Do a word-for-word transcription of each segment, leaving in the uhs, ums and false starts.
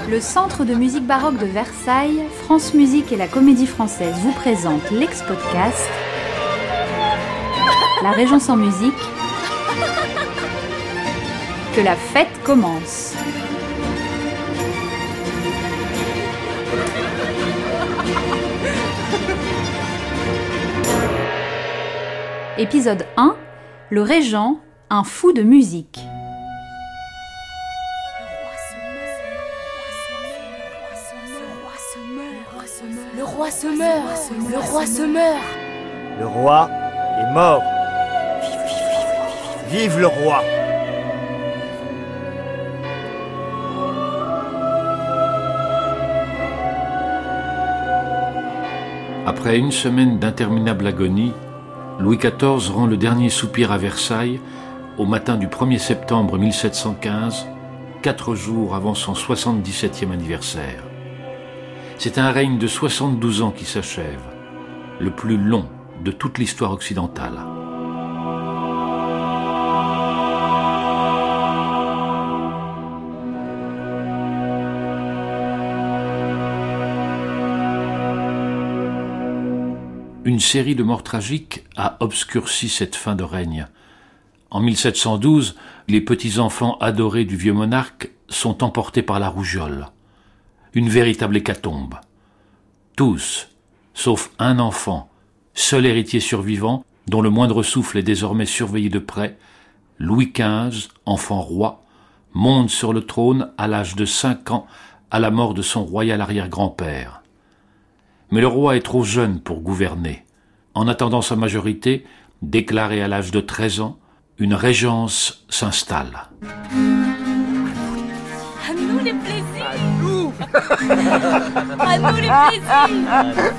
Le Centre de musique baroque de Versailles, France Musique et la Comédie Française vous présentent l'ex-podcast La Régence en musique. Que la fête commence. Épisode un. Le Régent, un fou de musique. Le roi se meurt, le roi se meurt. Le roi est mort. Vive le roi. Après une semaine d'interminable agonie, Louis quatorze rend le dernier soupir à Versailles au matin du premier septembre mille sept cent quinze, quatre jours avant son soixante-dix-septième anniversaire. C'est un règne de soixante-douze ans qui s'achève, le plus long de toute l'histoire occidentale. Une série de morts tragiques a obscurci cette fin de règne. En mille sept cent douze, les petits-enfants adorés du vieux monarque sont emportés par la rougeole. Une véritable hécatombe. Tous, sauf un enfant, seul héritier survivant, dont le moindre souffle est désormais surveillé de près, Louis quinze, enfant roi, monte sur le trône à l'âge de cinq ans à la mort de son royal arrière-grand-père. Mais le roi est trop jeune pour gouverner. En attendant sa majorité, déclarée à l'âge de treize ans, une régence s'installe. À nous les plaisirs. À nous. À nous les plaisirs.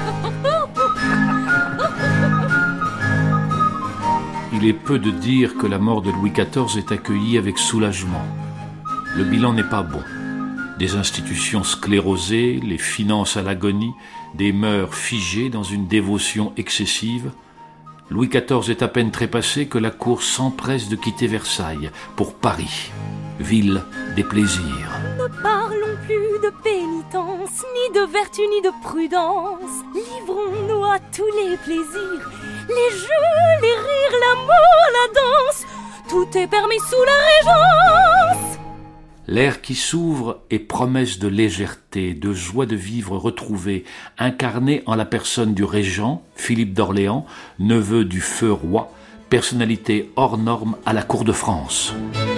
Il est peu de dire que la mort de Louis quatorze est accueillie avec soulagement. Le bilan n'est pas bon. Des institutions sclérosées, les finances à l'agonie, des mœurs figées dans une dévotion excessive. Louis quatorze est à peine trépassé que la cour s'empresse de quitter Versailles pour Paris, ville des plaisirs. Ne parlons plus de pénitence, ni de vertu, ni de prudence. Livrons-nous à tous les plaisirs, les jeux, les rires, l'amour, la danse. Tout est permis sous la Régence. L'air qui s'ouvre est promesse de légèreté, de joie de vivre retrouvée, incarnée en la personne du régent, Philippe d'Orléans, neveu du feu roi, personnalité hors norme à la cour de France.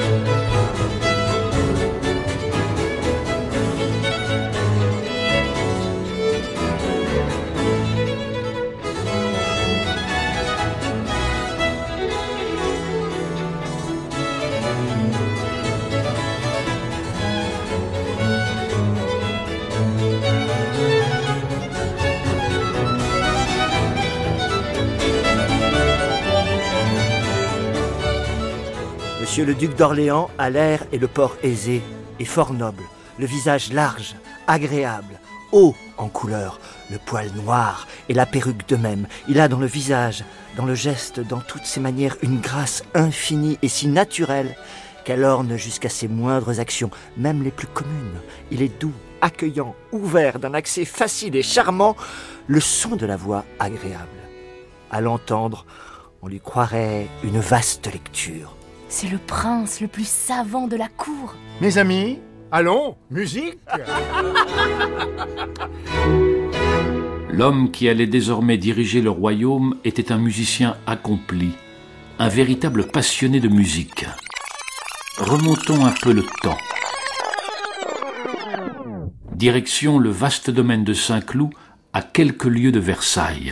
Monsieur le duc d'Orléans a l'air et le port aisé et fort noble, le visage large, agréable, haut en couleur, le poil noir et la perruque de même. Il a dans le visage, dans le geste, dans toutes ses manières, une grâce infinie et si naturelle qu'elle orne jusqu'à ses moindres actions, même les plus communes. Il est doux, accueillant, ouvert, d'un accès facile et charmant, le son de la voix agréable. À l'entendre, on lui croirait une vaste lecture. C'est le prince le plus savant de la cour. Mes amis, allons, musique. L'homme qui allait désormais diriger le royaume était un musicien accompli, un véritable passionné de musique. Remontons un peu le temps. Direction le vaste domaine de Saint-Cloud, à quelques lieues de Versailles.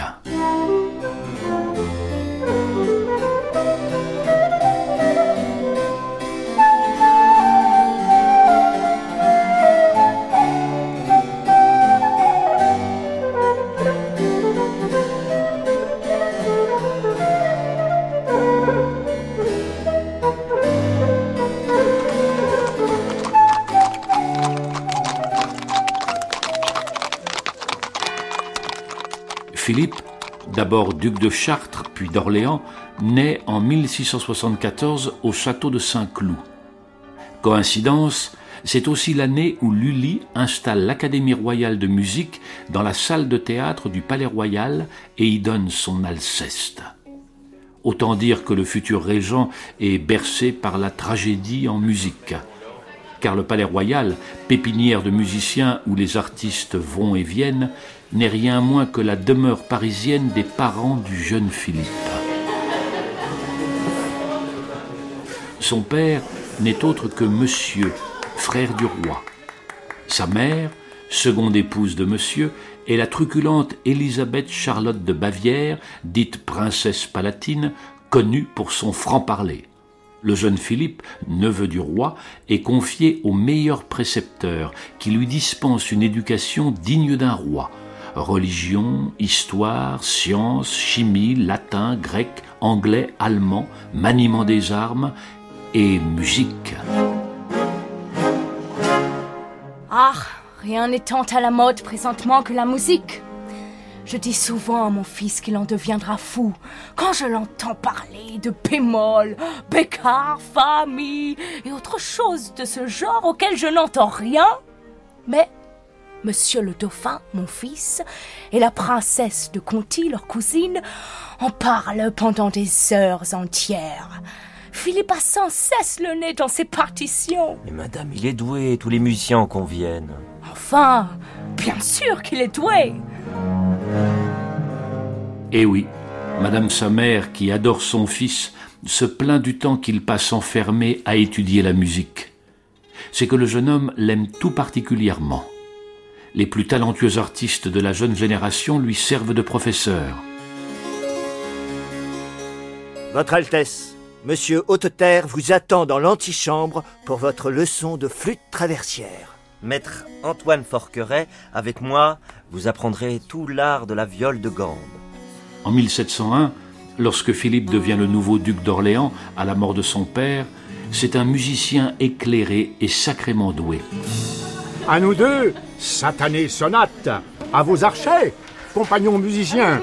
Philippe, d'abord duc de Chartres puis d'Orléans, naît en mille six cent soixante-quatorze au château de Saint-Cloud. Coïncidence, C'est aussi l'année où Lully installe l'Académie royale de musique dans la salle de théâtre du Palais Royal et y donne son Alceste. Autant dire que le futur régent est bercé par la tragédie en musique. Car le Palais Royal, pépinière de musiciens où les artistes vont et viennent, n'est rien moins que la demeure parisienne des parents du jeune Philippe. Son père n'est autre que Monsieur, frère du roi. Sa mère, seconde épouse de Monsieur, est la truculente Élisabeth Charlotte de Bavière, dite princesse palatine, connue pour son franc-parler. Le jeune Philippe, neveu du roi, est confié au meilleur précepteur qui lui dispense une éducation digne d'un roi. Religion, histoire, sciences, chimie, latin, grec, anglais, allemand, maniement des armes et musique. Ah, rien n'est tant à la mode présentement que la musique. Je dis souvent à mon fils qu'il en deviendra fou quand je l'entends parler de bémol, bécard, famille et autre chose de ce genre auquel je n'entends rien. Mais Monsieur le Dauphin, mon fils, et la princesse de Conti, leur cousine, en parlent pendant des heures entières. Philippe a sans cesse le nez dans ses partitions. Mais madame, il est doué, tous les musiciens en conviennent. Enfin, bien sûr qu'il est doué. Eh oui, madame sa mère, qui adore son fils, se plaint du temps qu'il passe enfermé à étudier la musique. C'est que le jeune homme l'aime tout particulièrement. Les plus talentueux artistes de la jeune génération lui servent de professeur. Votre Altesse, Monsieur Haute-Terre vous attend dans l'antichambre pour votre leçon de flûte traversière. Maître Antoine Forqueret, avec moi, vous apprendrez tout l'art de la viole de gambe. En mille sept cent un, lorsque Philippe devient le nouveau duc d'Orléans à la mort de son père, c'est un musicien éclairé et sacrément doué. À nous deux, satanée sonate. À vos archets, compagnons musiciens.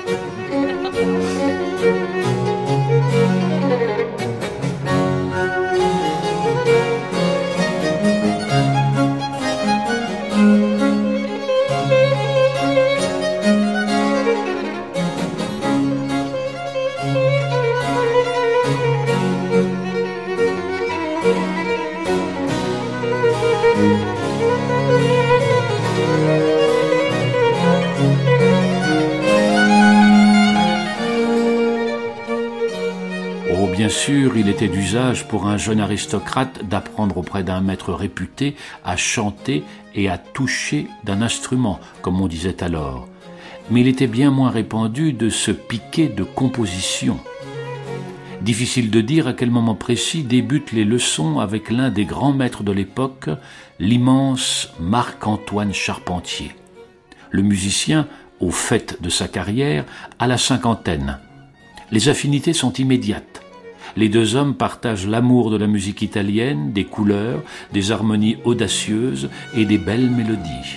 Bien sûr, il était d'usage pour un jeune aristocrate d'apprendre auprès d'un maître réputé à chanter et à toucher d'un instrument, comme on disait alors. Mais il était bien moins répandu de se piquer de composition. Difficile de dire à quel moment précis débutent les leçons avec l'un des grands maîtres de l'époque, l'immense Marc-Antoine Charpentier. Le musicien, au fait de sa carrière, a la cinquantaine. Les affinités sont immédiates. Les deux hommes partagent l'amour de la musique italienne, des couleurs, des harmonies audacieuses et des belles mélodies.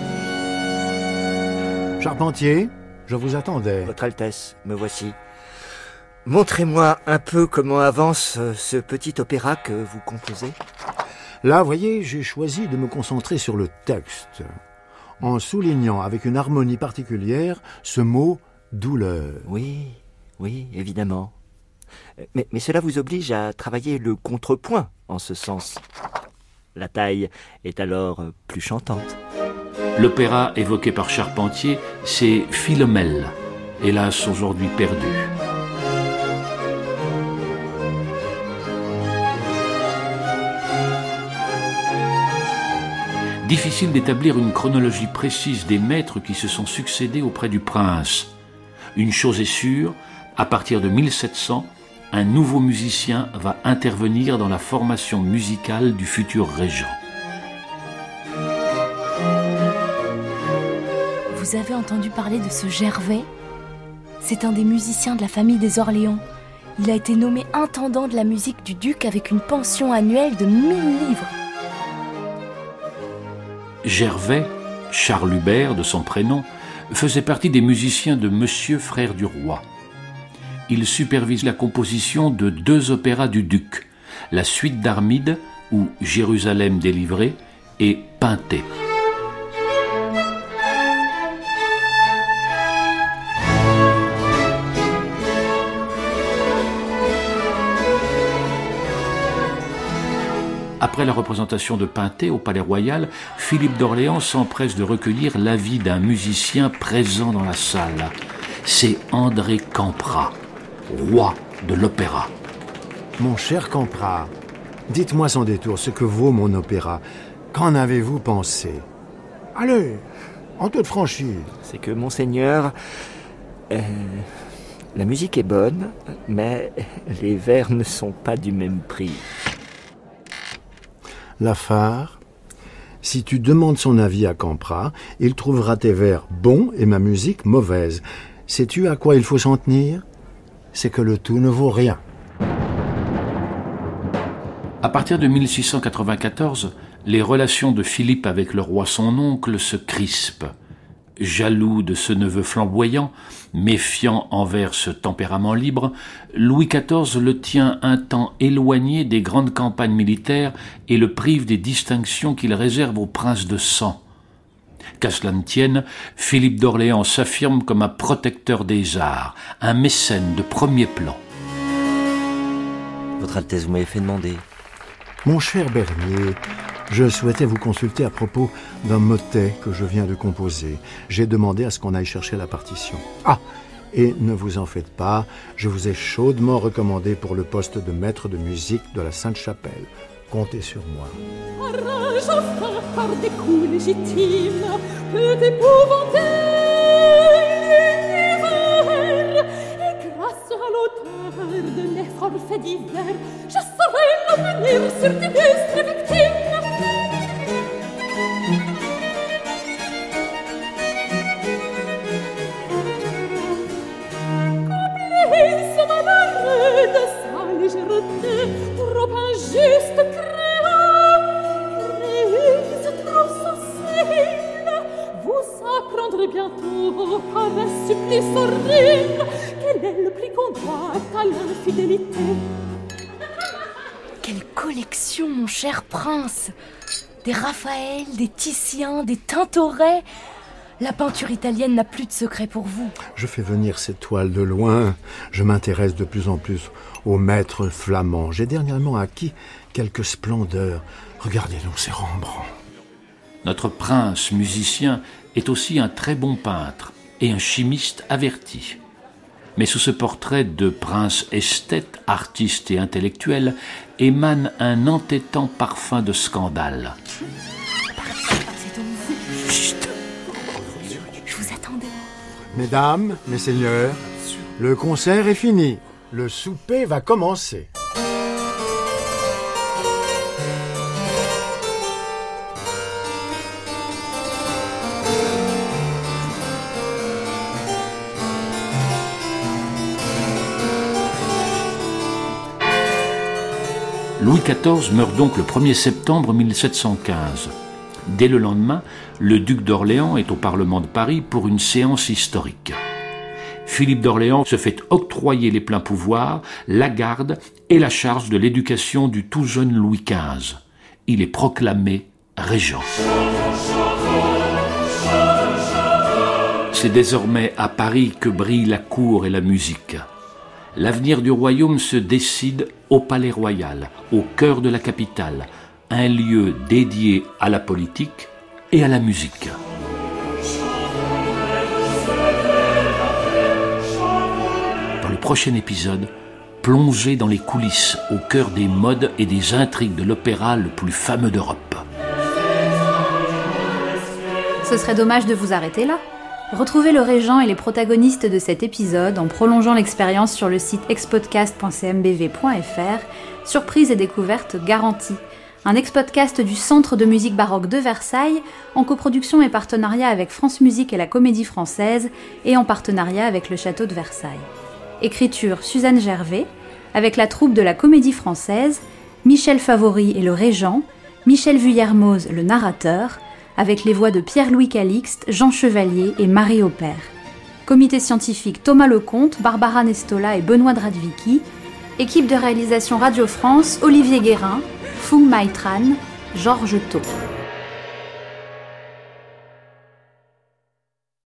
Charpentier, je vous attendais. Votre Altesse, me voici. Montrez-moi un peu comment avance ce petit opéra que vous composez. Là, voyez, j'ai choisi de me concentrer sur le texte, en soulignant avec une harmonie particulière ce mot « douleur ». Oui, oui, évidemment. Mais, mais cela vous oblige à travailler le contrepoint en ce sens. La taille est alors plus chantante. L'opéra évoqué par Charpentier, c'est Philomèle, hélas aujourd'hui perdu. Difficile d'établir une chronologie précise des maîtres qui se sont succédés auprès du prince. Une chose est sûre, à partir de mille sept cents, un nouveau musicien va intervenir dans la formation musicale du futur régent. Vous avez entendu parler de ce Gervais ? C'est un des musiciens de la famille des Orléans. Il a été nommé intendant de la musique du duc avec une pension annuelle de mille livres. Gervais, Charles Hubert de son prénom, faisait partie des musiciens de Monsieur frère du roi. Il supervise la composition de deux opéras du duc, la suite d'Armide, ou Jérusalem délivrée, et Pinté. Après la représentation de Pinté au Palais Royal, Philippe d'Orléans s'empresse de recueillir l'avis d'un musicien présent dans la salle. C'est André Campra, roi de l'opéra. Mon cher Campra, dites-moi sans détour ce que vaut mon opéra. Qu'en avez-vous pensé? Allez, en toute franchise. C'est que, monseigneur, euh, la musique est bonne, mais les vers ne sont pas du même prix. Lafare, si tu demandes son avis à Campra, il trouvera tes vers bons et ma musique mauvaise. Sais-tu à quoi il faut s'en tenir? C'est que le tout ne vaut rien. À partir de mille six cent quatre-vingt-quatorze, les relations de Philippe avec le roi son oncle se crispent. Jaloux de ce neveu flamboyant, méfiant envers ce tempérament libre, Louis quatorze le tient un temps éloigné des grandes campagnes militaires et le prive des distinctions qu'il réserve aux princes de sang. Qu'à cela ne tienne, Philippe d'Orléans s'affirme comme un protecteur des arts, un mécène de premier plan. Votre Altesse, vous m'avez fait demander. Mon cher Bernier, je souhaitais vous consulter à propos d'un motet que je viens de composer. J'ai demandé à ce qu'on aille chercher la partition. Ah, et ne vous en faites pas, je vous ai chaudement recommandé pour le poste de maître de musique de la Sainte-Chapelle. Comptez sur moi. Rage enfin par des coups légitimes peut épouvanter l'univers. Et grâce à l'auteur de l'effort fait divers, je saurai l'avenir sur d'illustres victimes. Coupler ce malheureux de sa légèreté, trop injuste créa, crise trop sensible, vous apprendrez bientôt par un supplice horrible quel est le prix qu'on doit à l'infidélité. Quelle collection, mon cher prince! Des Raphaël, des Titien, des Tintoret. La peinture italienne n'a plus de secret pour vous. Je fais venir ces toiles de loin. Je m'intéresse de plus en plus aux maîtres flamands. J'ai dernièrement acquis quelques splendeurs. Regardez donc ces Rembrandt. Notre prince musicien est aussi un très bon peintre et un chimiste averti. Mais sous ce portrait de prince esthète, artiste et intellectuel, émane un entêtant parfum de scandale. C'est donc vous. Chut. Je vous attendais. Mesdames, mes seigneurs, le concert est fini. Le souper va commencer. Louis quatorze meurt donc le premier septembre mille sept cent quinze. Dès le lendemain, le duc d'Orléans est au Parlement de Paris pour une séance historique. Philippe d'Orléans se fait octroyer les pleins pouvoirs, la garde et la charge de l'éducation du tout jeune Louis quinze. Il est proclamé régent. C'est désormais à Paris que brillent la cour et la musique. L'avenir du royaume se décide au Palais Royal, au cœur de la capitale, un lieu dédié à la politique et à la musique. Dans le prochain épisode, plongez dans les coulisses, au cœur des modes et des intrigues de l'opéra le plus fameux d'Europe. Ce serait dommage de vous arrêter là. Retrouvez le régent et les protagonistes de cet épisode en prolongeant l'expérience sur le site expodcast point c m b v point f r. Surprise et découverte garantie. Un ex-podcast du Centre de musique baroque de Versailles, en coproduction et partenariat avec France Musique et la Comédie Française, et en partenariat avec le Château de Versailles. Écriture Suzanne Gervais, avec la troupe de la Comédie Française, Michel Favori et le régent, Michel Vuillermoz le narrateur, avec les voix de Pierre-Louis Calixte, Jean Chevalier et Marie Aupert. Comité scientifique Thomas Lecomte, Barbara Nestola et Benoît Dradvicki. Équipe de réalisation Radio France, Olivier Guérin, Fung Maitran, Georges Thau.